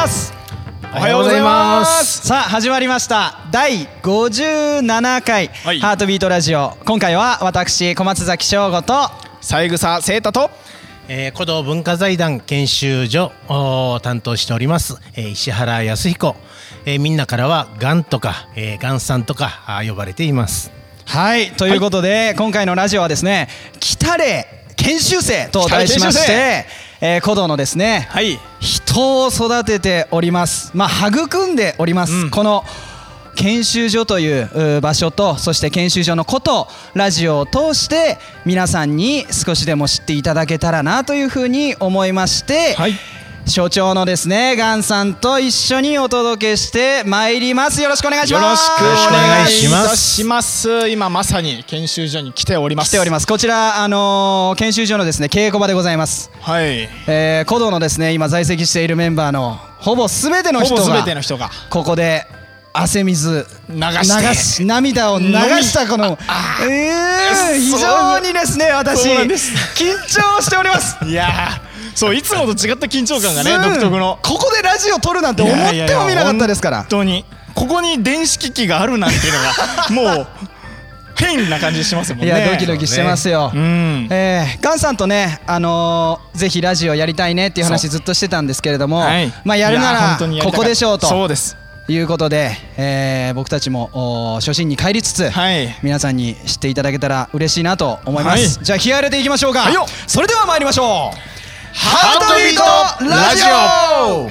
ます。 おはようございます。 さあ始まりました第57回、 はい、 ハートビートラジオ。今回は私小松崎翔吾と三枝聖太と鼓動文化財団研修所を担当しております、石原康彦、みんなからはガンとか、ガンさんとか呼ばれています。 はい、ということで、はい、今回のラジオはですね、来たれ研修生と題しまして、鼓動のですね、はい、人を育てております、育んでおります、この研修所という場所と、そして研修所のことラジオを通して皆さんに少しでも知っていただけたらなというふうに思いまして、はい、所長のですねガンさんと一緒にお届けしてまいります。よろしくお願いします。 よろしくお願いします。今まさに研修所に来ております。こちら研修所のですね稽古場でございます。はい。鼓動のですね今在籍しているメンバーのほぼ全ての人がここで汗水流し涙を流したこの非常にですね私緊張しております。いやそういつもと違った緊張感がね独特の。ここでラジオ撮るなんて思ってもみなかったですから。本当にここに電子機器があるなんていうのがもう変な感じしますもんね。いやドキドキしてますよ。ガンさんとねぜひラジオやりたいねっていう話ずっとしてたんですけれども、やるならここでしょうと。そうです。いうことで、僕たちも初心に帰りつつ、皆さんに知っていただけたら嬉しいなと思います。じゃあ気合い入れていきましょうか。それでは参りましょう。ハートビートラジオ。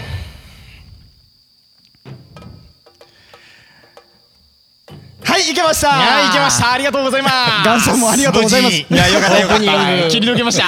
はい、いけました。いけました。ありがとうございます。ガンさんもありがとうございます。いやよかったよかった。切り抜けました。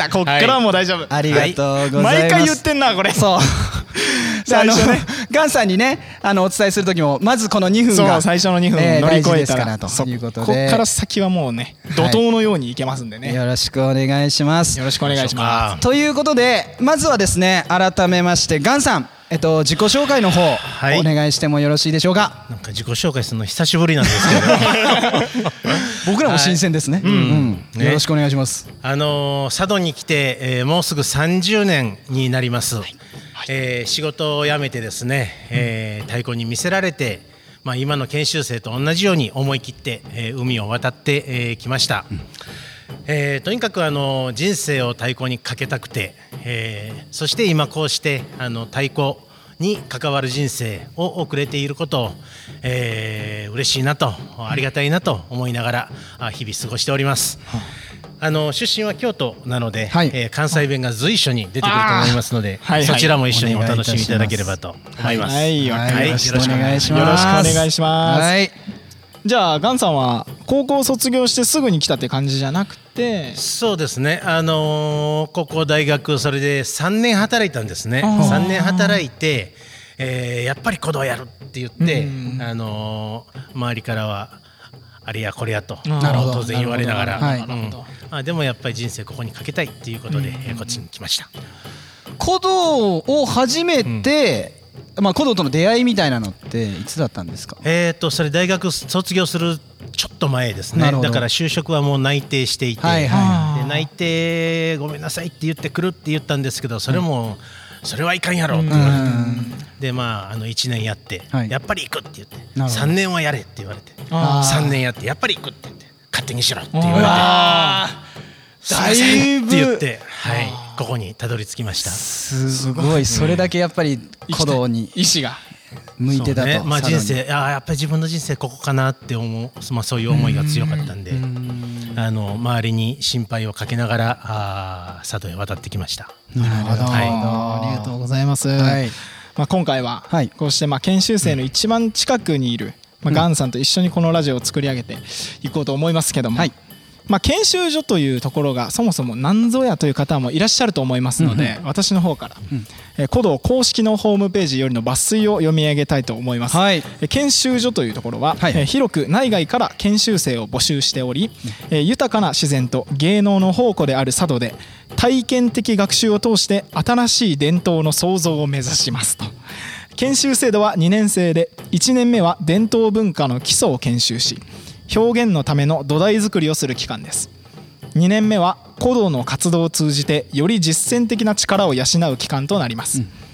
こっからはもう大丈夫。ありがとうございます。毎回言ってんなこれ。そう。ガンさんにねお伝えする時もまずこの2分が最初の2分乗り越えたらということで、ここから先はもうね怒涛のようにいけますんでね、よろしくお願いします。よろしくお願いします。ということでまずはですね改めましてガンさん自己紹介の方、お願いしてもよろしいでしょうか。なんか自己紹介するの久しぶりなんですけど僕らも新鮮ですね。よろしくお願いします。佐渡に来て、もうすぐ30年になります。仕事を辞めてですね、太鼓に魅せられて、今の研修生と同じように思い切って、海を渡ってきました。とにかく人生を太鼓にかけたくて、そして今こうして太鼓に関わる人生を送れていることを、嬉しいなとありがたいなと思いながら日々過ごしております。出身は京都なので、関西弁が随所に出てくると思いますので、そちらも一緒にお楽しみいただければと思います。よろしくお願いします。じゃあガンさんは高校卒業してすぐに来たって感じじゃなくて。そうですね、高校大学それで3年働いたんですね。3年働いて、やっぱり鼓動やるって言って、周りからはあれやこれやと当然言われながら、でもやっぱり人生ここにかけたいっていうことで、こっちに来ました。鼓動を始めて、鼓動との出会いみたいなのっていつだったんですか。それ大学卒業するちょっと前ですね。だから就職はもう内定していて、内定ごめんなさいって言ってくるって言ったんですけど、それもそれはいかんやろって言われて、で1年やって、やっぱり行くって言って3年はやれって言われて、3年やってやっぱり行くって言って勝手にしろって言われて、すいませんって言って、ここにたどり着きました。すごい、それだけやっぱり鼓動に意志が向いてたと。人生やっぱり自分の人生ここかなって思う、そういう思いが強かったんで、周りに心配をかけながら佐渡へ渡ってきました。なるほど、ありがとうございます。今回はこうして研修生の一番近くにいるガンさんと一緒にこのラジオを作り上げていこうと思いますけども、研修所というところがそもそも何ぞやという方もいらっしゃると思いますので、私の方から鼓動公式のホームページよりの抜粋を読み上げたいと思います。研修所というところは、広く内外から研修生を募集しており、豊かな自然と芸能の宝庫である佐渡で体験的学習を通して新しい伝統の創造を目指しますと。研修制度は2年生で、1年目は伝統文化の基礎を研修し、表現のための土台作りをする期間です。2年目は鼓動の活動を通じてより実践的な力を養う期間となります。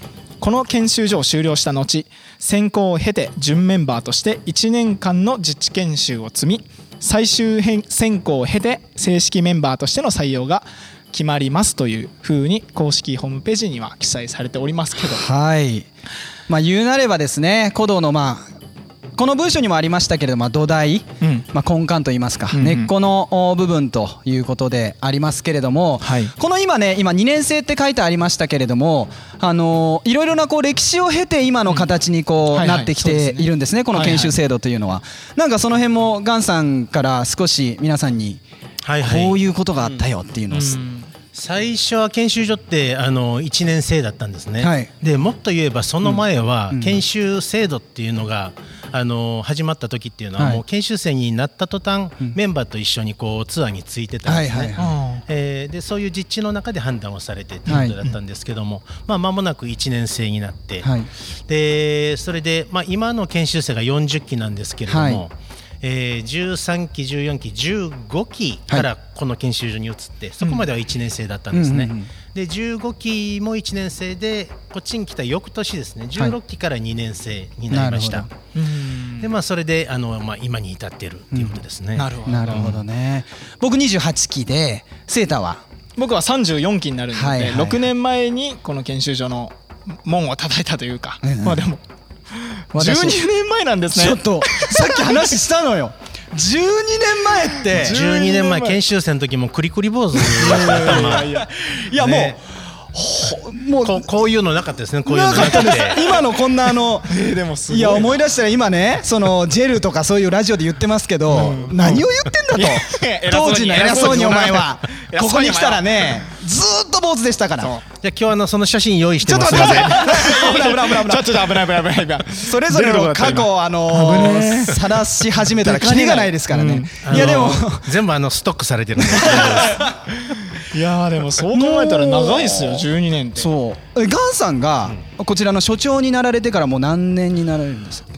この研修所を修了した後、選考を経て準メンバーとして1年間の実地研修を積み、最終選考を経て正式メンバーとしての採用が決まりますというふうに公式ホームページには記載されておりますけど、 はい、言うなればですね、古道のこの文章にもありましたけれども、土台、根幹といいますか、根っこの部分ということでありますけれども、この今2年生って書いてありましたけれども、いろいろな歴史を経て今の形になってきているんですね、この研修制度というのは。なんかその辺もガンさんから少し皆さんにこういうことがあったよっていうのを。 最初は研修所って1年生だったんですね、でもっと言えばその前は研修制度っていうのが始まった時っていうのはもう研修生になった途端メンバーと一緒にツアーについてたんですね。でそういう実地の中で判断をされてっていうことだったんですけども、間もなく1年生になって、でそれで今の研修生が40期なんですけれども、13期、14期、15期からこの研修所に移って、そこまでは1年生だったんですね。で15期も1年生で、こっちに来た翌年ですね、16期から2年生になりました。でそれで今に至っているということですね。 なるほどね。僕28期で、セータは僕は34期になるので、6年前にこの研修所の門を叩いたというか、でも12年前なんですね。 ちょっとさっき話したのよ。12年前って 12年前研修生の時もクリクリ坊主だった頭。 いやもうこういうのなかったですね。こういうのなかったです。 今のこんないや思い出したら今ね、そのジェルとかそういうラジオで言ってますけど、何を言ってんだと。当時の偉そうにお前はここに来たらね、ずーっと坊主でしたから。 じゃあ今日その写真用意してます。 ちょっと危ないそれぞれの過去を晒し始めたらキリがないですからね。いやでも全部ストックされてるんで。 いやでもそう考えたら長いですよ、12年って。 ガンさんがこちらの所長になられてからもう何年になられるんですか。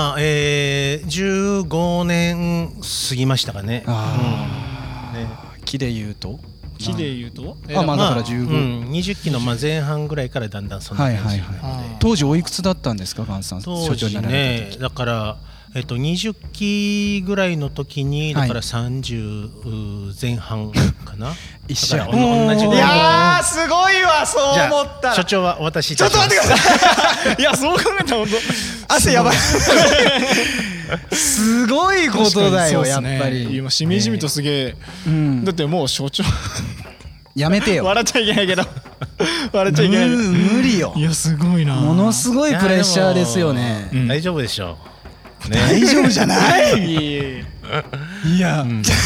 15年過ぎましたかね。 期で言うとだから 15、20期の前半ぐらいからだんだんそんな感じ。 当時おいくつだったんですか、ガンさん。 当時ね、だから20期ぐらいの時に、だから30前半かな。 一緒。 いやすごいわ、そう思ったら。 所長は私。 ちょっと待ってください。いやそう考えたら本当汗やばい。すごいことだよ、やっぱり。 今しみじみとすげえ。だってもう所長やめてよ。 笑っちゃいけないけど。笑っちゃいけない。 無理よ。 いやすごいな。 ものすごいプレッシャーですよね。 大丈夫でしょう。 大丈夫じゃない。いや。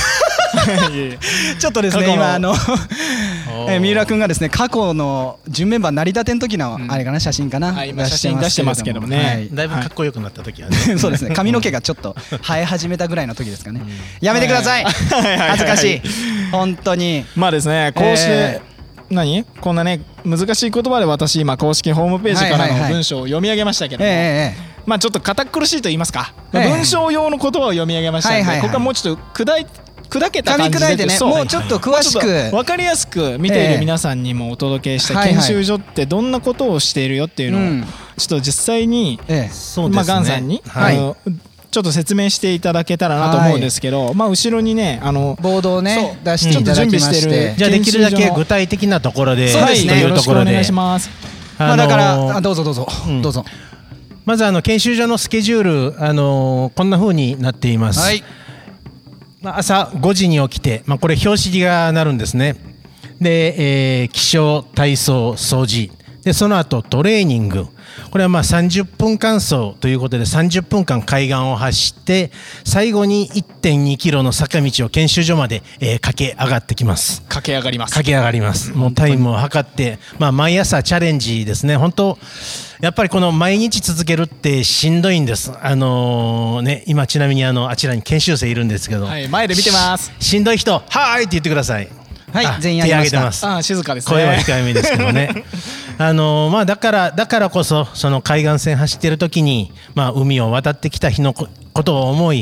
ちょっとですね、今三浦君がですね、過去の準メンバー成り立ての時のあれかな、写真かな、 今写真出してますけどもね。 だいぶかっこよくなった時はね。 そうですね、髪の毛がちょっと生え始めたぐらいの時ですかね。やめてください、恥ずかしい本当に。 ですね、こうしてこんなね難しい言葉で私今公式ホームページからの文章を読み上げましたけども、ちょっと堅苦しいと言いますか、文章用の言葉を読み上げましたので、ここはもうちょっと砕けた感じで、 もうちょっと詳しく分かりやすく見ている皆さんにもお届けした研修所ってどんなことをしているよっていうのをちょっと実際にガンさんにちょっと説明していただけたらなと思うんですけど、後ろにねボードをね出していただきまして、 じゃあできるだけ具体的なところで、 そうですね、よろしくお願いします。 だからどうぞ。 まず研修所のスケジュールこんな風になっています。朝5時に起きて、これ標識が鳴るんですね。で、起床、体操、掃除で、その後トレーニング。これは30分間走ということで30分間海岸を走って、最後に 1.2 キロの坂道を研修所まで、駆け上がってきます。 駆け上がります。 もうタイムを測って、毎朝チャレンジですね。本当やっぱりこの毎日続けるってしんどいんです。今ちなみにあちらに研修生いるんですけど、 前で見てます。 しんどい人、はーいって言ってください。 全員手挙げてます。 静かですね。 声は控えめですけどね。だからこそその海岸線走ってる時に、海を渡ってきた日のことを思い、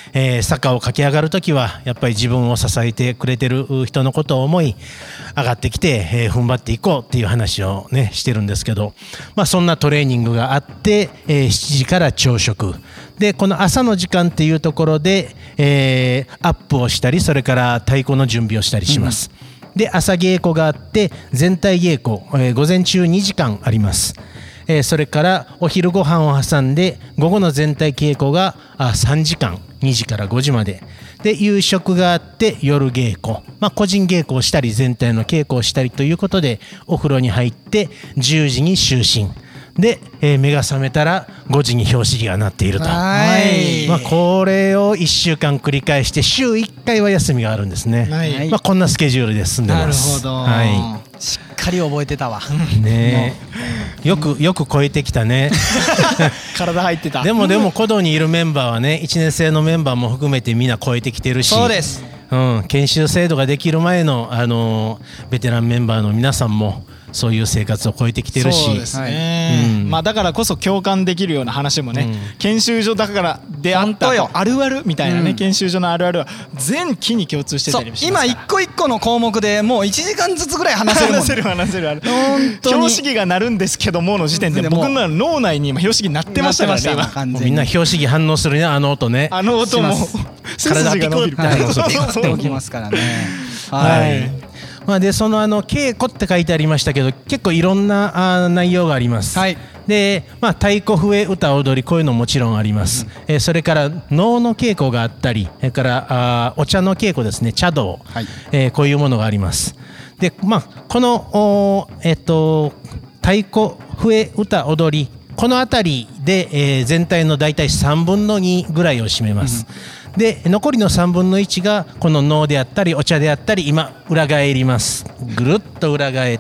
坂を駆け上がるときはやっぱり自分を支えてくれてる人のことを思い上がってきて、踏ん張っていこうっていう話をねしてるんですけど、そんなトレーニングがあって、7時から朝食で、この朝の時間っていうところで、アップをしたり、それから太鼓の準備をしたりします。で、朝稽古があって全体稽古、午前中2時間あります。それからお昼ご飯を挟んで午後の全体稽古が3時間、2時から5時までで、夕食があって夜稽古、個人稽古をしたり全体の稽古をしたりということで、お風呂に入って10時に就寝で、目が覚めたら5時に拍子木が鳴っていると。これを1週間繰り返して週1回は休みがあるんですね。こんなスケジュールで進んでます。 なるほど、しっかり覚えてたわね。よく超えてきたね体入ってた。 でも鼓動にいるメンバーはね、1年生のメンバーも含めてみんな超えてきてるし、 そうです、 研修制度ができる前の、ベテランメンバーの皆さんもそういう生活を超えてきてるし、 そうですね、だからこそ共感できるような話もね、研修所だからであったあるあるみたいなね、研修所のあるあるは全期に共通してたりもしますから。 今一個一個の項目でもう1時間ずつぐらい話せるもん、 話せる標識が鳴るんですけどもの時点で僕の脳内に今標識鳴ってましたからね。 みんな標識反応するね、あの音ね。 あの音も体ピクッて起きますからね。はい。 でその稽古って書いてありましたけど、結構いろんな内容があります。で、太鼓笛歌踊り、こういうのもちろんあります。それから能の稽古があったり、それからお茶の稽古ですね、茶道、こういうものがあります。で、この太鼓笛歌踊り、この辺りで、全体の大体3分の2ぐらいを占めます。で、残りの3分の1がこの能であったりお茶であったり、今裏返ります。ぐるっと裏返って、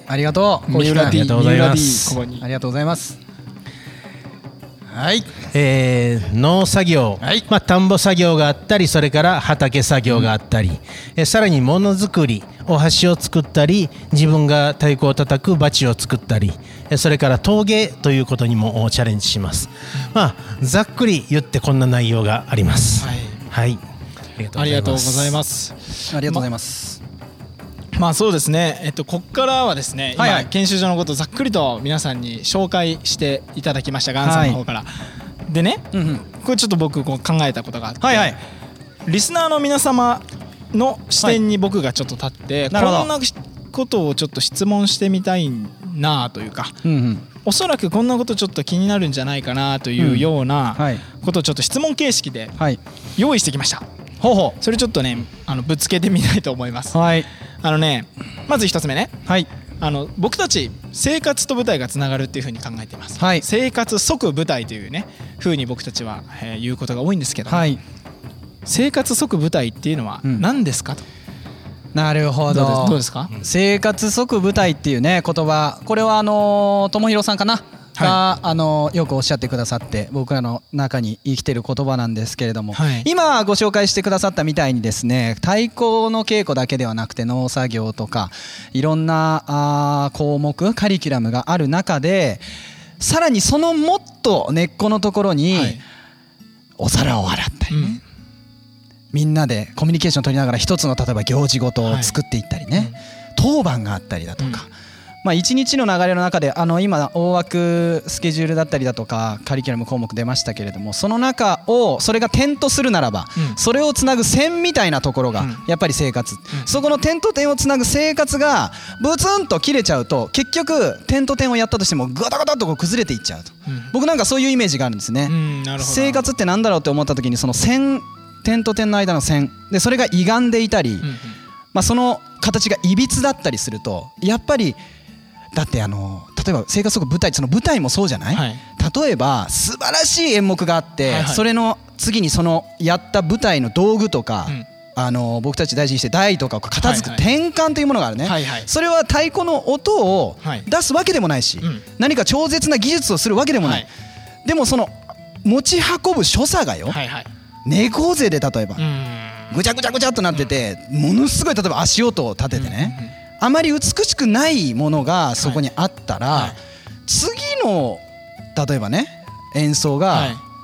ありがとう、 ありがとうございます。 ありがとうございます。はい、 農作業、田んぼ作業があったり、それから畑作業があったり、さらにものづくり、お箸を作ったり、自分が太鼓を叩くバチを作ったり、それから陶芸ということにもチャレンジします。ざっくり言ってこんな内容があります。はい、 ありがとうございます。 ありがとうございます。 そうですね、ここからはですね、今研修所のことをざっくりと皆さんに紹介していただきました、ガンさんの方から。でね、これちょっと僕考えたことがあって、リスナーの皆様の視点に僕がちょっと立って、こんなことをちょっと質問してみたいなというか、おそらくこんなことちょっと気になるんじゃないかなというようなことをちょっと質問形式で用意してきました。それちょっとね、ぶつけてみたいと思います。まず一つ目ね、僕たち生活と舞台がつながるっていうふうに考えています。生活即舞台というねふうに僕たちは言うことが多いんですけど、生活即舞台っていうのは何ですかと。 なるほど。 どうですか。 生活即舞台っていうね言葉、これは友弘さんかながよくおっしゃってくださって、僕らの中に生きてる言葉なんですけれども、今ご紹介してくださったみたいにですね、太鼓の稽古だけではなくて農作業とかいろんな項目カリキュラムがある中で、さらにそのもっと根っこのところにお皿を洗ったりね、みんなでコミュニケーションを取りながら一つの例えば行事ごとを作っていったりね、当番があったりだとか、一日の流れの中で今大枠スケジュールだったりだとかカリキュラム項目出ましたけれども、その中をそれが点とするならば、それをつなぐ線みたいなところがやっぱり生活、そこの点と点をつなぐ生活がブツンと切れちゃうと、結局点と点をやったとしてもガタガタっとこう崩れていっちゃうと、僕なんかそういうイメージがあるんですね。生活ってなんだろうって思った時に、その線、点と点の間の線で、それが歪んでいたり、その形がいびつだったりすると、やっぱりだって例えば生活即舞台、その舞台もそうじゃない、例えば素晴らしい演目があって、それの次にそのやった舞台の道具とか、僕たち大事にして台とかを片付く転換というものがあるね。それは太鼓の音を出すわけでもないし、何か超絶な技術をするわけでもない。でもその持ち運ぶ所作がよ、猫背で例えばぐちゃぐちゃぐちゃっとなってて、ものすごい例えば足音を立ててね、あまり美しくないものがそこにあったら、次の例えばね演奏が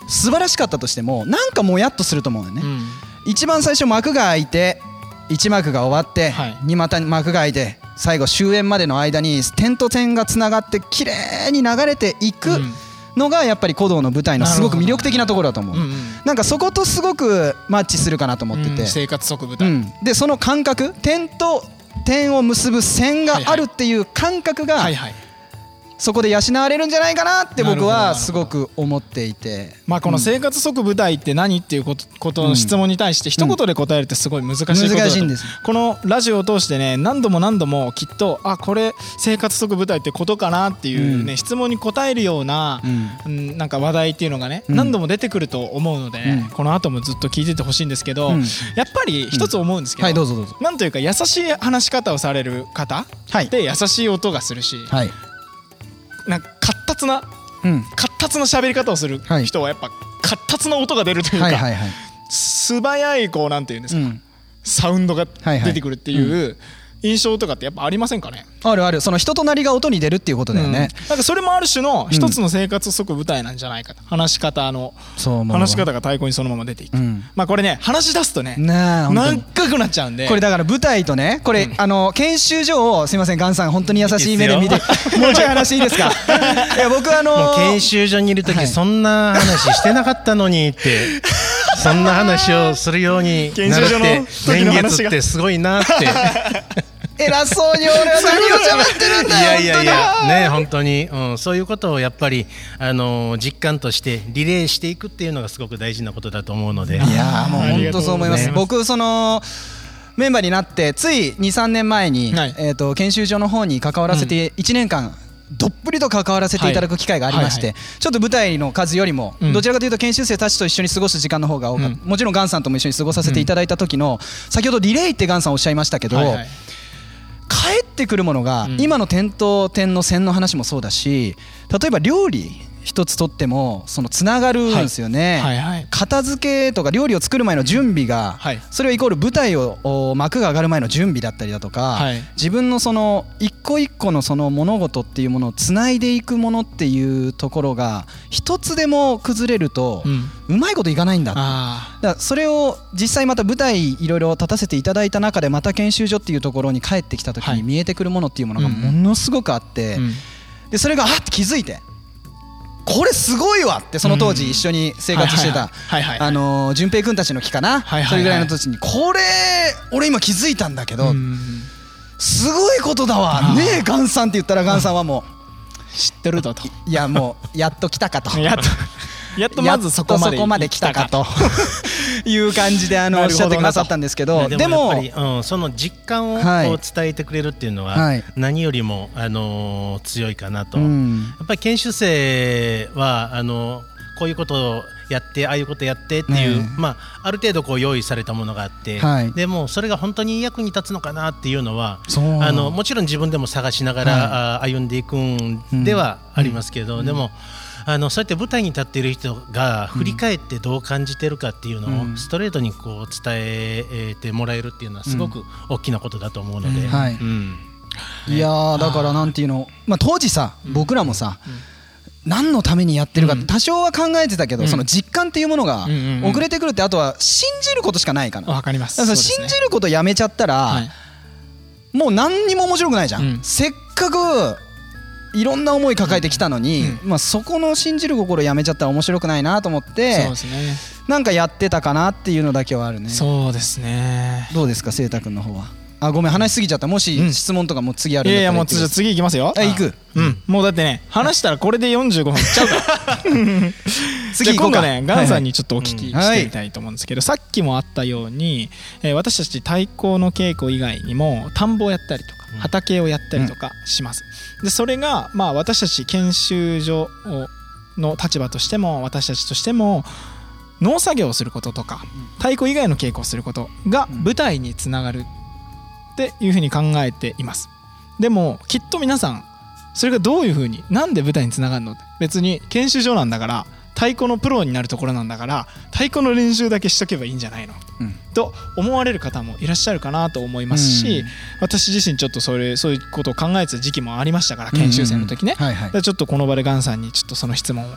素晴らしかったとしてもなんかもやっとすると思うよね、一番最初幕が開いて1幕が終わって、2また幕が開いて最後終演までの間に点と点がつながって綺麗に流れていくのがやっぱり鼓動の舞台のすごく魅力的なところだと思う。なんかそことすごくマッチするかなと思ってて、 生活即舞台、 でその感覚、点と点を結ぶ線があるっていう感覚がそこで養われるんじゃないかなって僕はすごく思っていて、 まあこの生活即舞台って何っていうことの質問に対して一言で答えるってすごい難しいことだと。 難しいんです。 このラジオを通してね何度も何度もきっとこれ生活即舞台ってことかなっていうね質問に答えるようななんか話題っていうのがね何度も出てくると思うのでね、この後もずっと聞いててほしいんですけど、やっぱり一つ思うんですけど、なんというか優しい話し方をされる方で優しい音がするし、なんか活発な喋り方をする人はやっぱ活発な音が出るというか、素早いこうなんていうんですか、サウンドが出てくるっていう印象とかってやっぱありませんかね。 あるある。その人となりが音に出るっていうことだよね。 なんかそれもある種の一つの生活即舞台なんじゃないかと。話し方が太鼓にそのまま出ていく。まあこれね話し出すとね長くなっちゃうんで、 これだから舞台とね、これ研修所をすいませんガンさん本当に優しい目で見てもうちょい話いいですか。いや僕もう研修所にいる時そんな話してなかったのにってそんな話をするようになるって年月ってすごいなって。 偉そうに俺は何を喋ってるんだよ。 いやね本当に、そういうことをやっぱり実感としてリレーしていくっていうのがすごく大事なことだと思うので。 いやもう本当そう思います。僕そのメンバーになってつい 2,3 年前に研修所の方に関わらせて1年間どっぷりと関わらせていただく機会がありまして、ちょっと舞台の数よりもどちらかというと研修生たちと一緒に過ごす時間の方が多かった。もちろんガンさんとも一緒に過ごさせていただいた時の先ほどリレーってガンさんおっしゃいましたけど、返ってくるものが今の点と点の線の話もそうだし、例えば料理一つとってもそのつながるんですよね。片付けとか料理を作る前の準備がそれはイコール舞台を幕が上がる前の準備だったりだとか、自分のその一個一個のその物事っていうものをつないでいくものっていうところが一つでも崩れるとうまいこといかないんだ。だからそれを実際また舞台いろいろ立たせていただいた中でまた研修所っていうところに帰ってきた時に見えてくるものっていうものがものすごくあって、でそれがって気づいて、これすごいわってその当時一緒に生活してた淳平君たちの木かな、それぐらいの時にこれ俺今気づいたんだけどすごいことだわねえガンさんって言ったらガンさんはもう知ってるといやもうやっと来たかとやっとまずそこまで来たかという感じでおっしゃってくださったんですけど、 でもやっぱりその実感を伝えてくれるっていうのは何よりも強いかなと。やっぱり研修生はこういうことをやってああいうことやってっていう、ある程度こう用意されたものがあって、でもそれが本当に役に立つのかなっていうのはもちろん自分でも探しながら歩んでいくんではありますけど、でもそうやって舞台に立っている人が振り返ってどう感じてるかっていうのをストレートにこう伝えてもらえるっていうのはすごく大きなことだと思うので、 いやだからなんていうの、当時さ僕らもさ何のためにやってるかって多少は考えてたけど、その実感っていうものが遅れてくるって、あとは信じることしかないかな。 わかります。 信じることやめちゃったらもう何にも面白くないじゃん。せっかくいろんな思い抱えてきたのに、そこの信じる心やめちゃったら面白くないなと思って、なんかやってたかなっていうのだけはあるね。 そうですね。 どうですか清太君の方は。ごめん話しすぎちゃった。もし質問とかも次あるんだったら。 いやもう次行きますよ。 行く。 もうだってね話したらこれで45分いっちゃうから次行こうか。 今度ねガンさんにちょっとお聞きしてみたいと思うんですけど、さっきもあったように私たち太鼓の稽古以外にも田んぼをやったりとか畑をやったりとかします。でそれが私たち研修所の立場としても私たちとしても農作業をすることとか太鼓以外の稽古をすることが舞台につながるっていうふうに考えています。でもきっと皆さんそれがどういうふうになんで舞台につながるのって、別に研修所なんだから太鼓のプロになるところなんだから太鼓の練習だけしとけばいいんじゃないの、と思われる方もいらっしゃるかなと思いますし、私自身ちょっとそういうことを考えてた時期もありましたから研修生の時ね。ちょっとこの場でガンさんにちょっとその質問を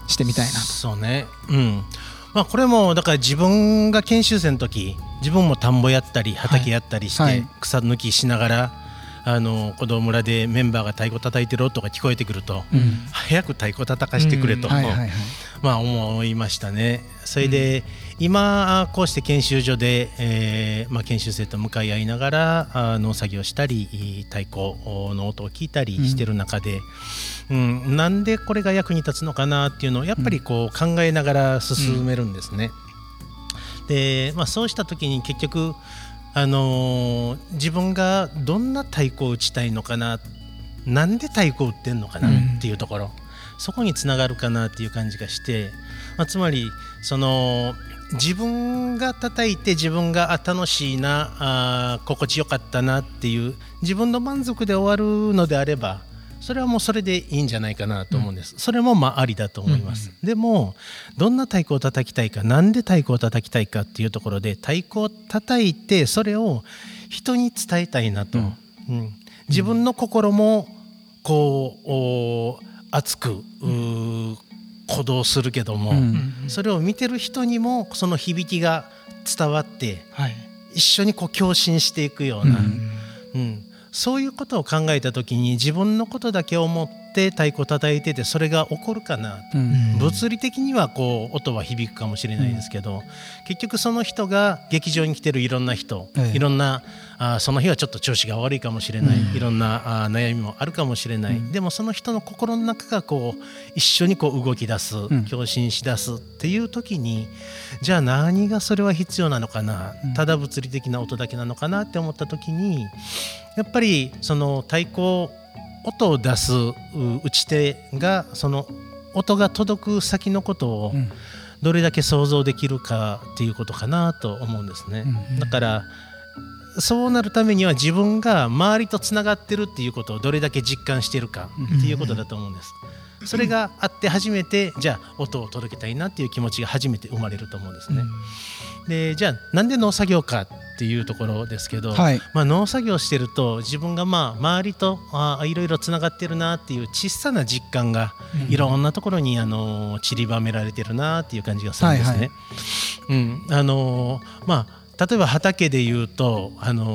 してみたいなと。 そうね、これもだから自分が研修生の時、自分も田んぼやったり畑やったりして、草抜きしながら子供村でメンバーが太鼓叩いてる音が聞こえてくると、早く太鼓叩かしてくれと、思いましたね。それで、今こうして研修所で、研修生と向かい合いながら農作業したり太鼓の音を聞いたりしてる中で、なんでこれが役に立つのかなっていうのをやっぱりこう考えながら進めるんですね。で、そうした時に結局自分がどんな太鼓を打ちたいのかな、なんで太鼓を打ってんのかなっていうところ、そこにつながるかなっていう感じがして、つまり自分が叩いて自分が楽しいな、心地よかったなっていう自分の満足で終わるのであれば、それはもうそれでいいんじゃないかなと思うんです。それもありだと思います。でもどんな太鼓を叩きたいか、なんで太鼓を叩きたいかっていうところで、太鼓を叩いてそれを人に伝えたいなと、自分の心もこう熱く鼓動するけども、それを見てる人にもその響きが伝わって、一緒にこう共振していくような、そういうことを考えた時に、自分のことだけ思って太鼓を叩いててそれが起こるかなと、物理的にはこう音は響くかもしれないですけど、結局その人が劇場に来てるいろんな人、いろんなその日はちょっと調子が悪いかもしれない、いろんな悩みもあるかもしれない、でもその人の心の中がこう一緒にこう動き出す、共振し出すっていう時に、じゃあ何がそれは必要なのかな、ただ物理的な音だけなのかなって思った時に、やっぱりその太鼓音を出す打ち手がその音が届く先のことをどれだけ想像できるかっていうことかなと思うんですね。だからそうなるためには自分が周りとつながってるっていうことをどれだけ実感しているかっていうことだと思うんです。それがあって初めて、じゃあ音を届けたいなっていう気持ちが初めて生まれると思うんですね。で、じゃあなんで農作業かっていうところですけど、農作業してると自分が周りといろいろつながってるなっていう小さな実感がいろんなところに散りばめられてるなっていう感じがするんですね。例えば畑でいうと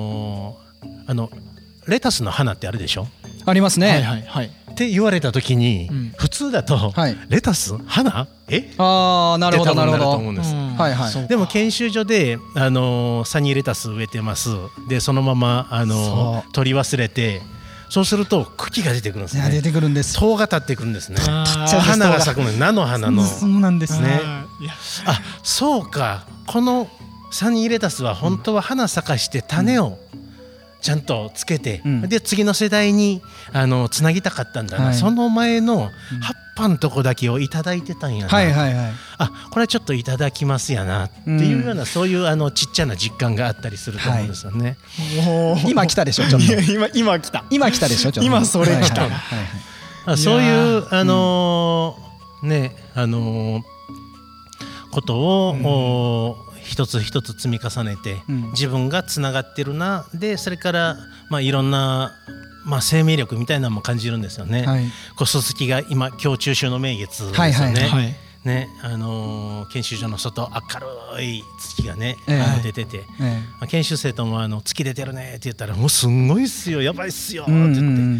レタスの花ってあるでしょ。 ありますね。 って言われた時に、普通だと、レタス花なるほどなるほどと思うんです。でも研修所でサニーレタス植えてます。でそのまま取り忘れて、そうすると茎が出てくるんですね。 出てくるんです。 塔が立ってくるんですね。花が咲くのに菜の花の。 そうなんですね。 そうか、このサニーレタスは本当は花咲かして種をちゃんとつけて、で次の世代につなぎたかったんだな、その前の葉っぱのとこだけをいただいてたんやな、これはちょっといただきますやなっていうような、そういうちっちゃな実感があったりすると思うんですよね。 今来たでしょ、ちょっと。 今来たでしょ、ちょっと。 今それ来た。 そういうことを一つ一つ積み重ねて、自分がつながってるな、でそれからいろんな生命力みたいなのも感じるんですよね。ススキが今中秋の名月ですよね。研修所の外明るい月がね、出てて、研修生とも月出てるねって言ったら、もうすんごいっすよ、やばいっすよって言って、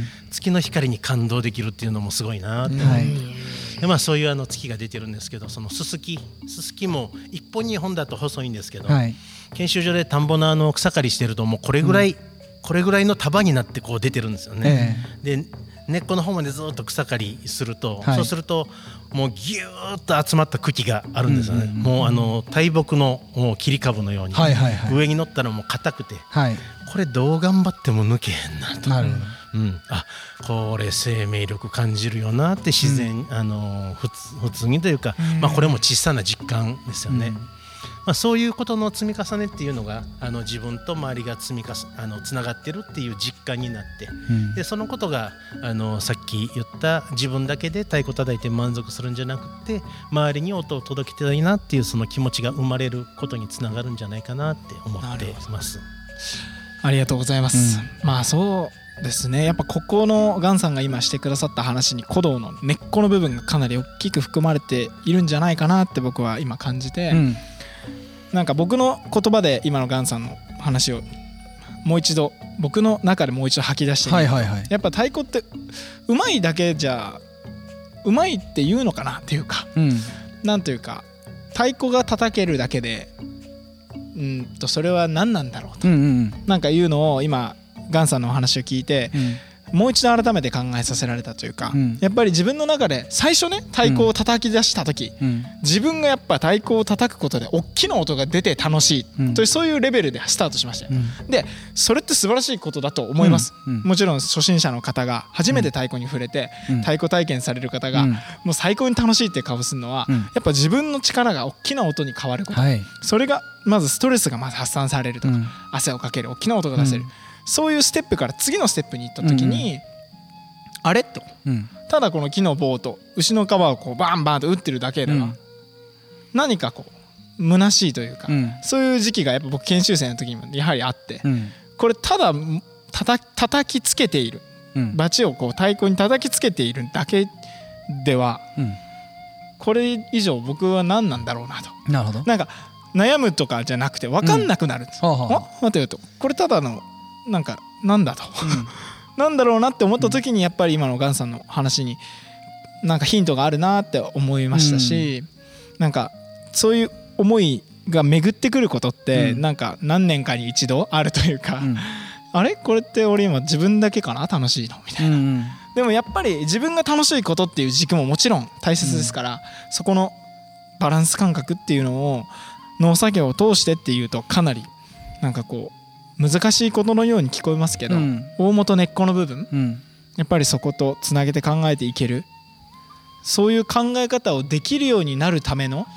月の光に感動できるっていうのもすごいなって。でそういう月が出てるんですけど、そのススキも1本2本だと細いんですけど、研修所で田んぼの草刈りしてると、もうこれぐらいの束になってこう出てるんですよね。で根っこの方までずっと草刈りすると、そうするともうギューッと集まった茎があるんですよね。もう大木の切り株のように、上に乗ったらもう硬くて、これどう頑張っても抜けへんなと。これ生命力感じるよなって自然、普通にというか、これも小さな実感ですよね。そういうことの積み重ねっていうのが自分と周りがつながってるっていう実感になって、でそのことがさっき言った自分だけで太鼓叩いて満足するんじゃなくて、周りに音を届けたいなっていうその気持ちが生まれることにつながるんじゃないかなって思っています。 ありがとうございます。 ですね。やっぱここのガンさんが今してくださった話に鼓動の根っこの部分がかなり大きく含まれているんじゃないかなって僕は今感じて、なんか僕の言葉で今のガンさんの話をもう一度僕の中でもう一度吐き出してみる、やっぱ太鼓ってうまいだけじゃうまいって言うのかなっていうか、なんというか太鼓が叩けるだけでそれは何なんだろうと、なんかいうのを今ガンさんのお話を聞いて、もう一度改めて考えさせられたというか、やっぱり自分の中で最初ね太鼓を叩き出した時、自分がやっぱ太鼓を叩くことで大きな音が出て楽しいという、そういうレベルでスタートしましたよ。でそれって素晴らしいことだと思います。もちろん初心者の方が初めて太鼓に触れて太鼓体験される方がもう最高に楽しいって顔するのは、やっぱ自分の力が大きな音に変わること、それがまずストレスがまず発散されるとか、汗をかける、大きな音が出せる、そういうステップから次のステップに行った時に、あれと、ただこの木の棒と牛の皮をこうバンバンと打ってるだけでは、何かこう虚しいというか、そういう時期がやっぱ僕研修生の時にもやはりあって、これただ叩きつけている、バチをこう太鼓に叩きつけているだけでは、これ以上僕は何なんだろうなと。 なるほど。 なんか悩むとかじゃなくて分かんなくなるんです。待てよと、これただのなんかなんだと、なんだろうなって思った時にやっぱり今のガンさんの話になんかヒントがあるなって思いましたし、なんかそういう思いが巡ってくることってなんか何年かに一度あるというか、あれこれって俺今自分だけかな楽しいのみたいな、でもやっぱり自分が楽しいことっていう軸ももちろん大切ですから、そこのバランス感覚っていうのを農作業を通してっていうとかなりなんかこう難しいことのように聞こえますけど、大元根っこの部分、やっぱりそことつなげて考えていける、そういう考え方をできるようになるための、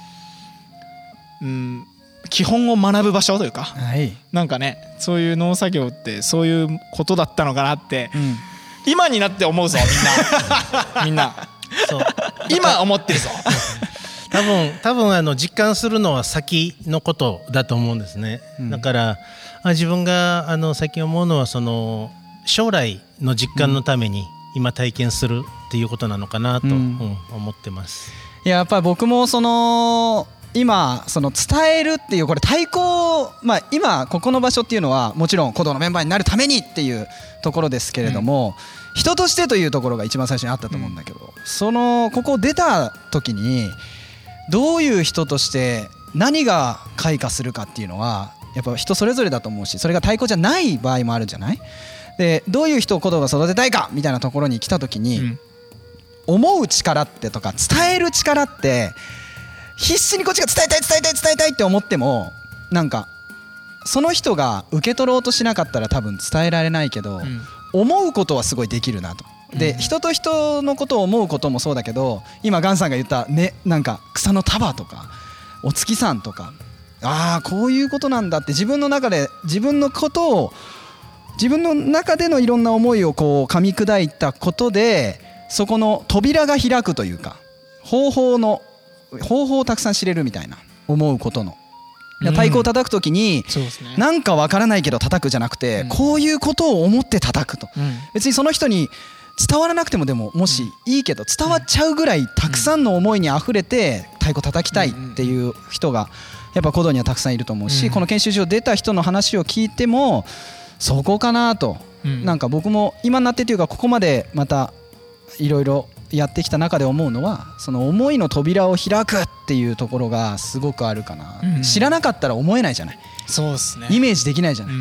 基本を学ぶ場所というか、なんかね、そういう農作業ってそういうことだったのかなって、今になって思うぞみんなそう今思ってるぞ多分実感するのは先のことだと思うんですね。だから自分が最近思うのはその将来の実感のために今体験するっていうことなのかなと、思ってます。 いや、やっぱり僕もその今その伝えるっていうこれ太鼓、今ここの場所っていうのはもちろん鼓動のメンバーになるためにっていうところですけれども、人としてというところが一番最初にあったと思うんだけど、そのここを出た時にどういう人として何が開花するかっていうのはやっぱ人それぞれだと思うし、それが太鼓じゃない場合もあるじゃない。でどういう人を鼓動が育てたいかみたいなところに来た時に、思う力ってとか伝える力って必死にこっちが伝えたいって思ってもなんかその人が受け取ろうとしなかったら多分伝えられないけど、思うことはすごいできるなと。で人と人のことを思うこともそうだけど、今ガンさんが言ったね、なんか草の束とかお月さんとか、こういうことなんだって自分の中で自分のことを自分の中でのいろんな思いをこう噛み砕いたことで、そこの扉が開くというか、方法をたくさん知れるみたいな、思うことの太鼓を叩くときになんかわからないけど叩くじゃなくて、こういうことを思って叩くと、別にその人に伝わらなくても、でももしいいけど伝わっちゃうぐらいたくさんの思いにあふれて太鼓叩きたいっていう人がやっぱ鼓動にはたくさんいると思うし、この研修所出た人の話を聞いてもそこかなと、なんか僕も今になってというかここまでまたいろいろやってきた中で思うのは、その思いの扉を開くっていうところがすごくあるかな。知らなかったら思えないじゃない。 そうですね。 イメージできないじゃない。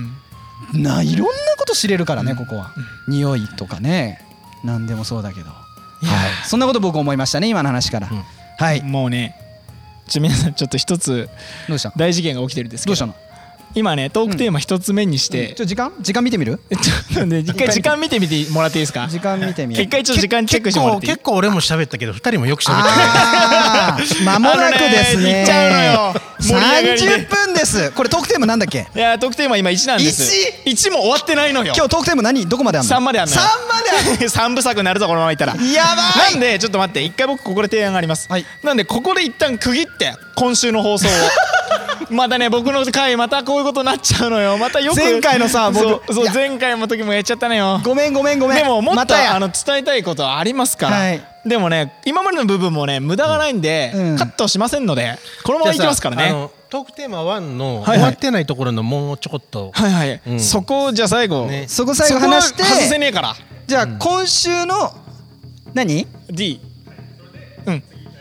いろんなこと知れるからね、ここは。匂いとかね、何でもそうだけど、そんなこと僕思いましたね、今の話から。 もうね、皆さんちょっと一つ大事件が起きてるんですけど。どうしたの？今ねトークテーマ一つ目にして、 時間見てみる？ 一回時間見てもらっていいですか？ 時間見てみよう。 一回ちょっと時間チェックしてもらっていい？ 結構俺も喋ったけど2人もよく喋ったね。 間もなくですね。 いっちゃうのよ。 30分です。これトークテーマなんだっけ？ いやトークテーマ今1なんです。1も終わってないのよ。 今日トークテーマどこまであるの ？3まであるのよ。 3まである。 3部作になるぞこのままいったら。 やばい。 なんでちょっと待って、一回僕ここで提案があります。なんでここで一旦区切って今週の放送をまたね僕の回またこういうことになっちゃうのよ。またよく前回のさ僕そう前回の時もやっちゃったのよ。 ごめんでももっと伝えたいことはありますから、でもね今までの部分もね無駄がないんでカットしませんのでこのままいきますからね。 トークテーマ1の終わってないところのもうちょこっとそこをじゃあ最後そこ最後話して外せねえから。 じゃあ今週の何 D こ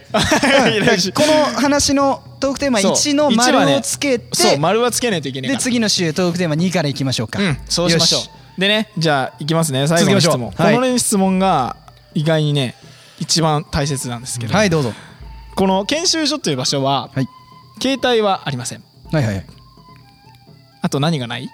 の話のトークテーマ1の丸をつけて、 そう丸はつけないといけないから。 で次の週トークテーマ2からいきましょうか。 そうしましょう。でねじゃあいきますね最後の質問。この質問が意外にね一番大切なんですけど、 はいどうぞ。 この研修所という場所は携帯はありません。あと何がない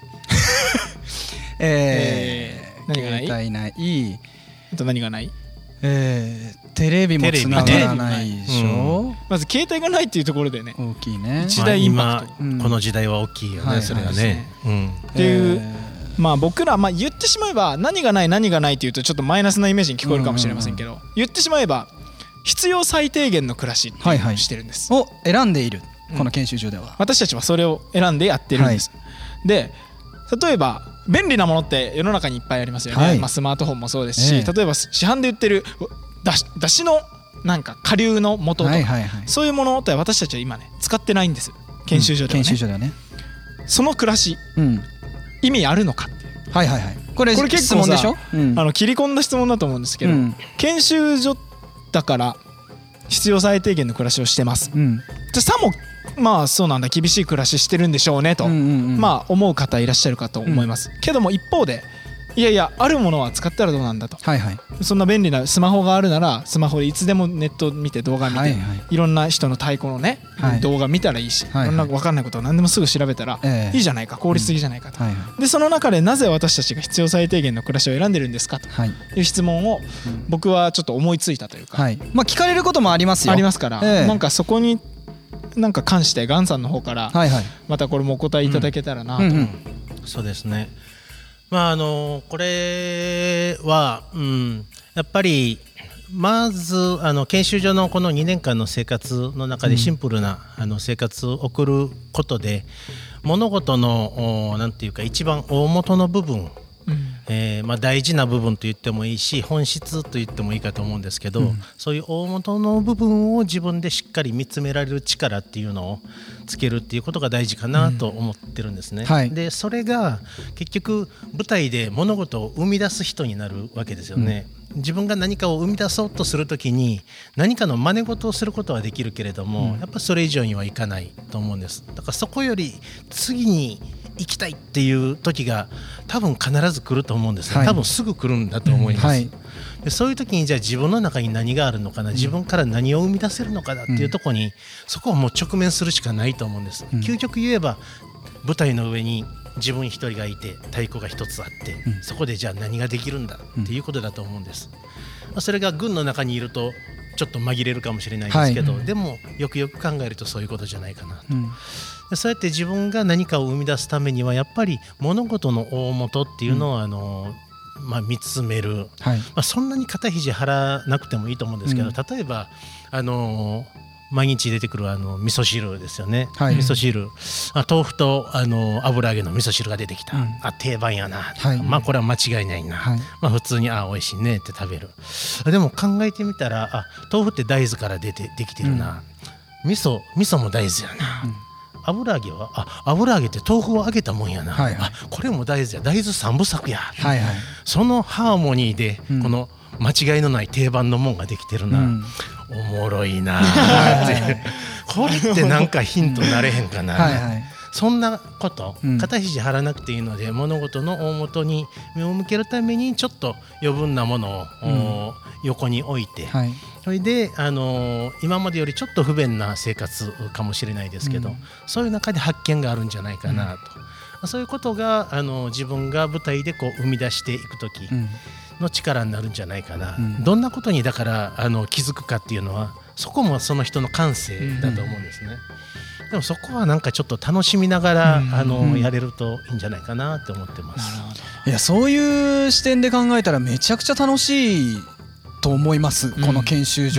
何がない？ 携帯ない。 あと何がない？ テレビもつながらないでしょ。 まず携帯がないっていうところでね大きいね。 一大インパクト。 この時代は大きいよねそれはね。 っていうまあ僕ら言ってしまえば何がないっていうとちょっとマイナスなイメージに聞こえるかもしれませんけど、言ってしまえば必要最低限の暮らしっていうのをしてるんです。 を選んでいるこの研修所では。 私たちはそれを選んでやってるんです。で例えば便利なものって世の中にいっぱいありますよね。スマートフォンもそうですし、例えば市販で売ってるだしのなんか顆粒の素とかそういうものって私たちは今ね使ってないんです。研修所ではね。その暮らし意味あるのかって。これ結構さ切り込んだ質問だと思うんですけど、研修所だから必要最低限の暮らしをしてます。さもまあそうなんだ厳しい暮らししてるんでしょうねとまあ思う方いらっしゃるかと思います。けども一方でいやいやあるものは使ったらどうなんだと。そんな便利なスマホがあるならスマホでいつでもネット見て動画見ていろんな人の太鼓のね動画見たらいいし、いろんな分かんないことを何でもすぐ調べたらいいじゃないか、効率的じゃないかと。でその中でなぜ私たちが必要最低限の暮らしを選んでるんですかという質問を僕はちょっと思いついたというか、 まあ聞かれることもありますよ。 ありますから、なんかそこになんか関してガンさんの方からまたこれもお答えいただけたらなと。 そうですね。これは、やっぱりまず研修所のこの2年間の生活の中でシンプルな生活を送ることで物事のなんていうか一番大元の部分、大事な部分と言ってもいいし本質と言ってもいいかと思うんですけど、そういう大元の部分を自分でしっかり見つめられる力っていうのをつけるっていうことが大事かなと思ってるんですね。でそれが結局舞台で物事を生み出す人になるわけですよね。自分が何かを生み出そうとするときに何かの真似事をすることはできるけれども、やっぱそれ以上にはいかないと思うんです。だからそこより次に行きたいっていう時が多分必ず来ると思うんですね。多分すぐ来るんだと思います。でそういう時にじゃあ自分の中に何があるのかな、自分から何を生み出せるのかなっていうところに、そこはもう直面するしかないと思うんです。究極言えば舞台の上に自分一人がいて太鼓が一つあって、そこでじゃあ何ができるんだっていうことだと思うんです。それが軍の中にいるとちょっと紛れるかもしれないですけど、でもよくよく考えるとそういうことじゃないかなと。そうやって自分が何かを生み出すためにはやっぱり物事の大元っていうのを見つめる、そんなに肩肘張らなくてもいいと思うんですけど、例えば毎日出てくる味噌汁ですよね。味噌汁、豆腐と油揚げの味噌汁が出てきた、定番やな、これは間違いないな、普通に美味しいねって食べる。でも考えてみたら豆腐って大豆からできてるな、味噌も大豆やな、油揚げは油揚げって豆腐を揚げたもんやな、これも大豆や、大豆三部作や、そのハーモニーでこの間違いのない定番のもんができてるな、おもろいなってこれってなんかヒントなれへんかなそんなこと、肩肘張らなくていいので物事の大元に目を向けるためにちょっと余分なものを横に置いて、それで今までよりちょっと不便な生活かもしれないですけど、そういう中で発見があるんじゃないかなと、そういうことが自分が舞台でこう生み出していくときの力になるんじゃないかな、どんなことにだから気づくかっていうのはそこもその人の感性だと思うんですね。でもそこはなんかちょっと楽しみながらやれるといいんじゃないかなって思ってます。 いやそういう視点で考えたらめちゃくちゃ楽しいと思います、この研修所。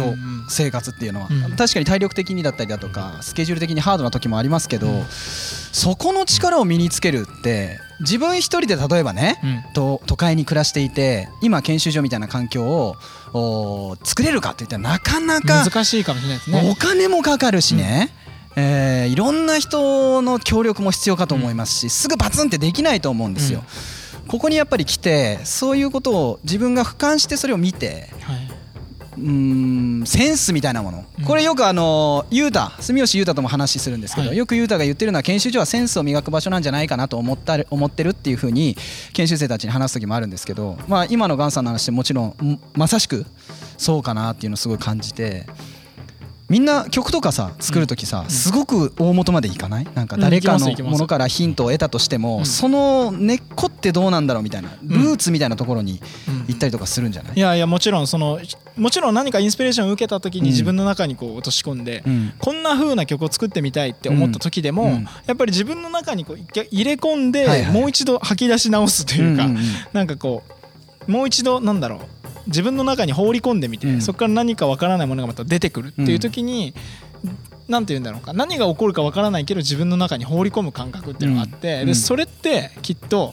生活っていうのは、確かに体力的にだったりだとかスケジュール的にハードな時もありますけど、そこの力を身につけるって自分一人で例えばね、都会に暮らしていて今研修所みたいな環境を作れるかっていったらなかなか難しいかもしれないですね。 お金もかかるしね、いろんな人の協力も必要かと思いますし、すぐパツンってできないと思うんですよ。ここにやっぱり来てそういうことを自分が俯瞰してそれを見て、センスみたいなもの、これよく住吉裕太とも話するんですけど、よく裕太が言ってるのは研修所はセンスを磨く場所なんじゃないかなと思ってるっていうふうに研修生たちに話す時もあるんですけど、今のガンさんの話でもちろんまさしくそうかなっていうのをすごい感じて、みんな曲とかさ作る時さ、すごく大元までいかない？なんか誰かのものからヒントを得たとしても、その根っこってどうなんだろうみたいな、ルーツみたいなところに行ったりとかするんじゃない？ いやもちろん何かインスピレーションを受けた時に自分の中にこう落とし込んで、こんな風な曲を作ってみたいって思った時でも、やっぱり自分の中にこう入れ込んでもう一度吐き出し直すというか、なんかこうもう一度なんだろう、自分の中に放り込んでみて、そこから何かわからないものがまた出てくるっていう時に、なんて言うんだろうか、何が起こるかわからないけど自分の中に放り込む感覚っていうのがあって、でそれってきっと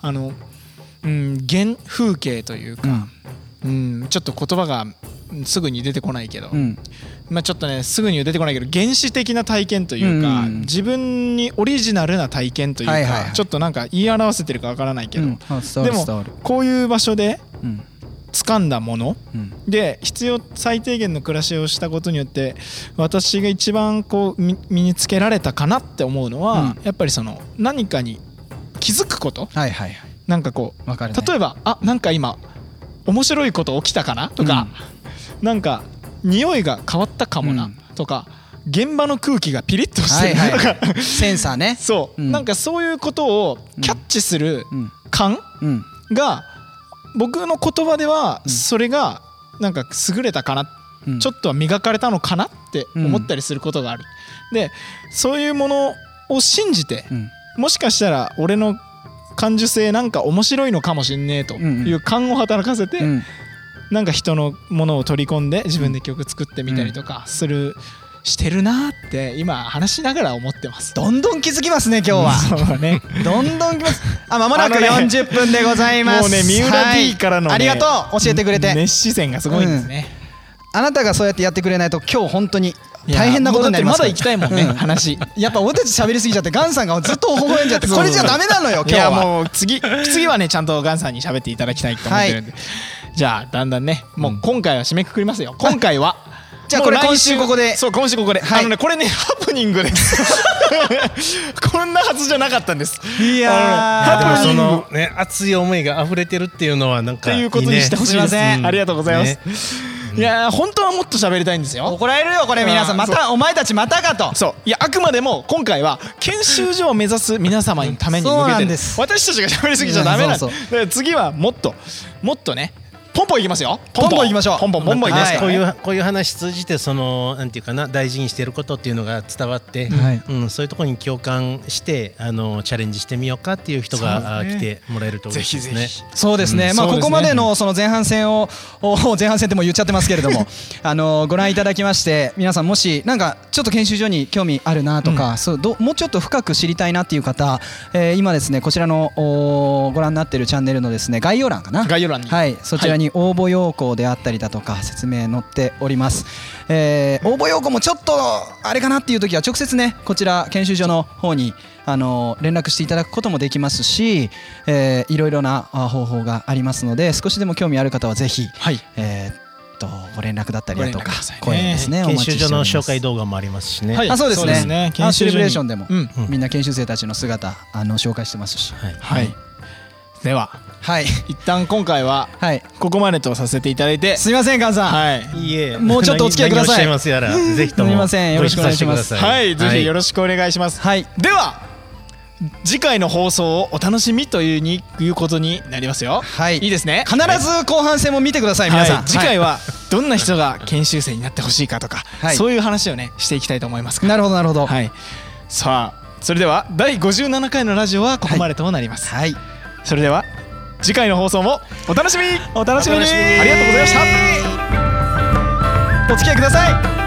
原風景というか、ちょっと言葉がすぐに出てこないけど、ちょっとねすぐには出てこないけど原始的な体験というか、自分にオリジナルな体験というか、ちょっとなんか言い表せてるかわからないけど、でもこういう場所で掴んだもので必要最低限の暮らしをしたことによって私が一番こう身につけられたかなって思うのは、やっぱりその何かに気づくこと、なんかこう、例えばなんか今面白いこと起きたかなとか、なんか匂いが変わったかもなとか、現場の空気がピリッとしてるとか、 センサーね、 そう、なんかそういうことをキャッチする感が僕の言葉ではそれがなんか優れたかな、ちょっとは磨かれたのかなって思ったりすることがある。でそういうものを信じて、もしかしたら俺の感受性なんか面白いのかもしんねえという感を働かせて、なんか人のものを取り込んで自分で曲作ってみたりとかしてるなって今話しながら思ってます。 どんどん気づきますね今日は。そうね。どんどんきます。間もなく40分でございます。 もうね三浦 D からのね、 ありがとう教えてくれて。 熱視線がすごいんですね。 あなたがそうやってやってくれないと今日本当に大変なことになりますから。 まだ行きたいもんね、話。 やっぱ俺たち喋りすぎちゃってガンさんがずっと微笑んじゃってこれじゃダメなのよ今日は。いやもう次はねちゃんとガンさんに喋っていただきたいと思ってるんで、じゃあだんだんねもう今回は締めくくりますよ。今回はじゃあこれ今週ここで。 そう今週ここで、これねハプニングですこんなはずじゃなかったんです。 いやでもそのね熱い思いが溢れてるっていうのはなんかっていうことにしてほしいです。ありがとうございます。いや本当はもっと喋りたいんですよ。 怒られるよこれ皆さん、またお前たちまたかと。 そういやあくまでも今回は研修所を目指す皆様のために向けて、私たちが喋りすぎちゃダメなんです。次はもっとねポンポンいきますよ。 ポンポンいきましょう。 ポンポンいきますから。こういう話通じてそのなんていうかな大事にしていることっていうのが伝わって、そういうところに共感してチャレンジしてみようかっていう人が来てもらえると嬉しいですね。 そうですね。ここまでのその前半戦ってもう言っちゃってますけれどもご覧いただきまして、皆さんもしなんかちょっと研修所に興味あるなとか、もうちょっと深く知りたいなっていう方、今ですねこちらのご覧になっているチャンネルのですね概要欄かな、 概要欄にそちらに応募要項であったりだとか説明載っております。応募要項もちょっとあれかなっていう時は直接ねこちら研修所の方に連絡していただくこともできますし、いろいろな方法がありますので、少しでも興味ある方はぜひ、ご連絡だったりだとか声ですね。 研修所の紹介動画もありますしね。 そうですね。研修セレブレーションでもみんな研修生たちの姿紹介してますし。 では一旦今回はここまでとさせていただいて、 すみませんガンさん、いいえもうちょっとお付き合いください。 ぜひともすみませんよろしくお願いします。 ぜひよろしくお願いします。では次回の放送をお楽しみということになりますよ。いいですね。 必ず後半戦も見てください皆さん。 次回はどんな人が研修生になってほしいかとか、そういう話をねしていきたいと思いますから。 なるほどなるほど。 さあそれでは第57回のラジオはここまでとなります。それでは次回の放送もお楽しみに。ありがとうございました。 お付き合いください。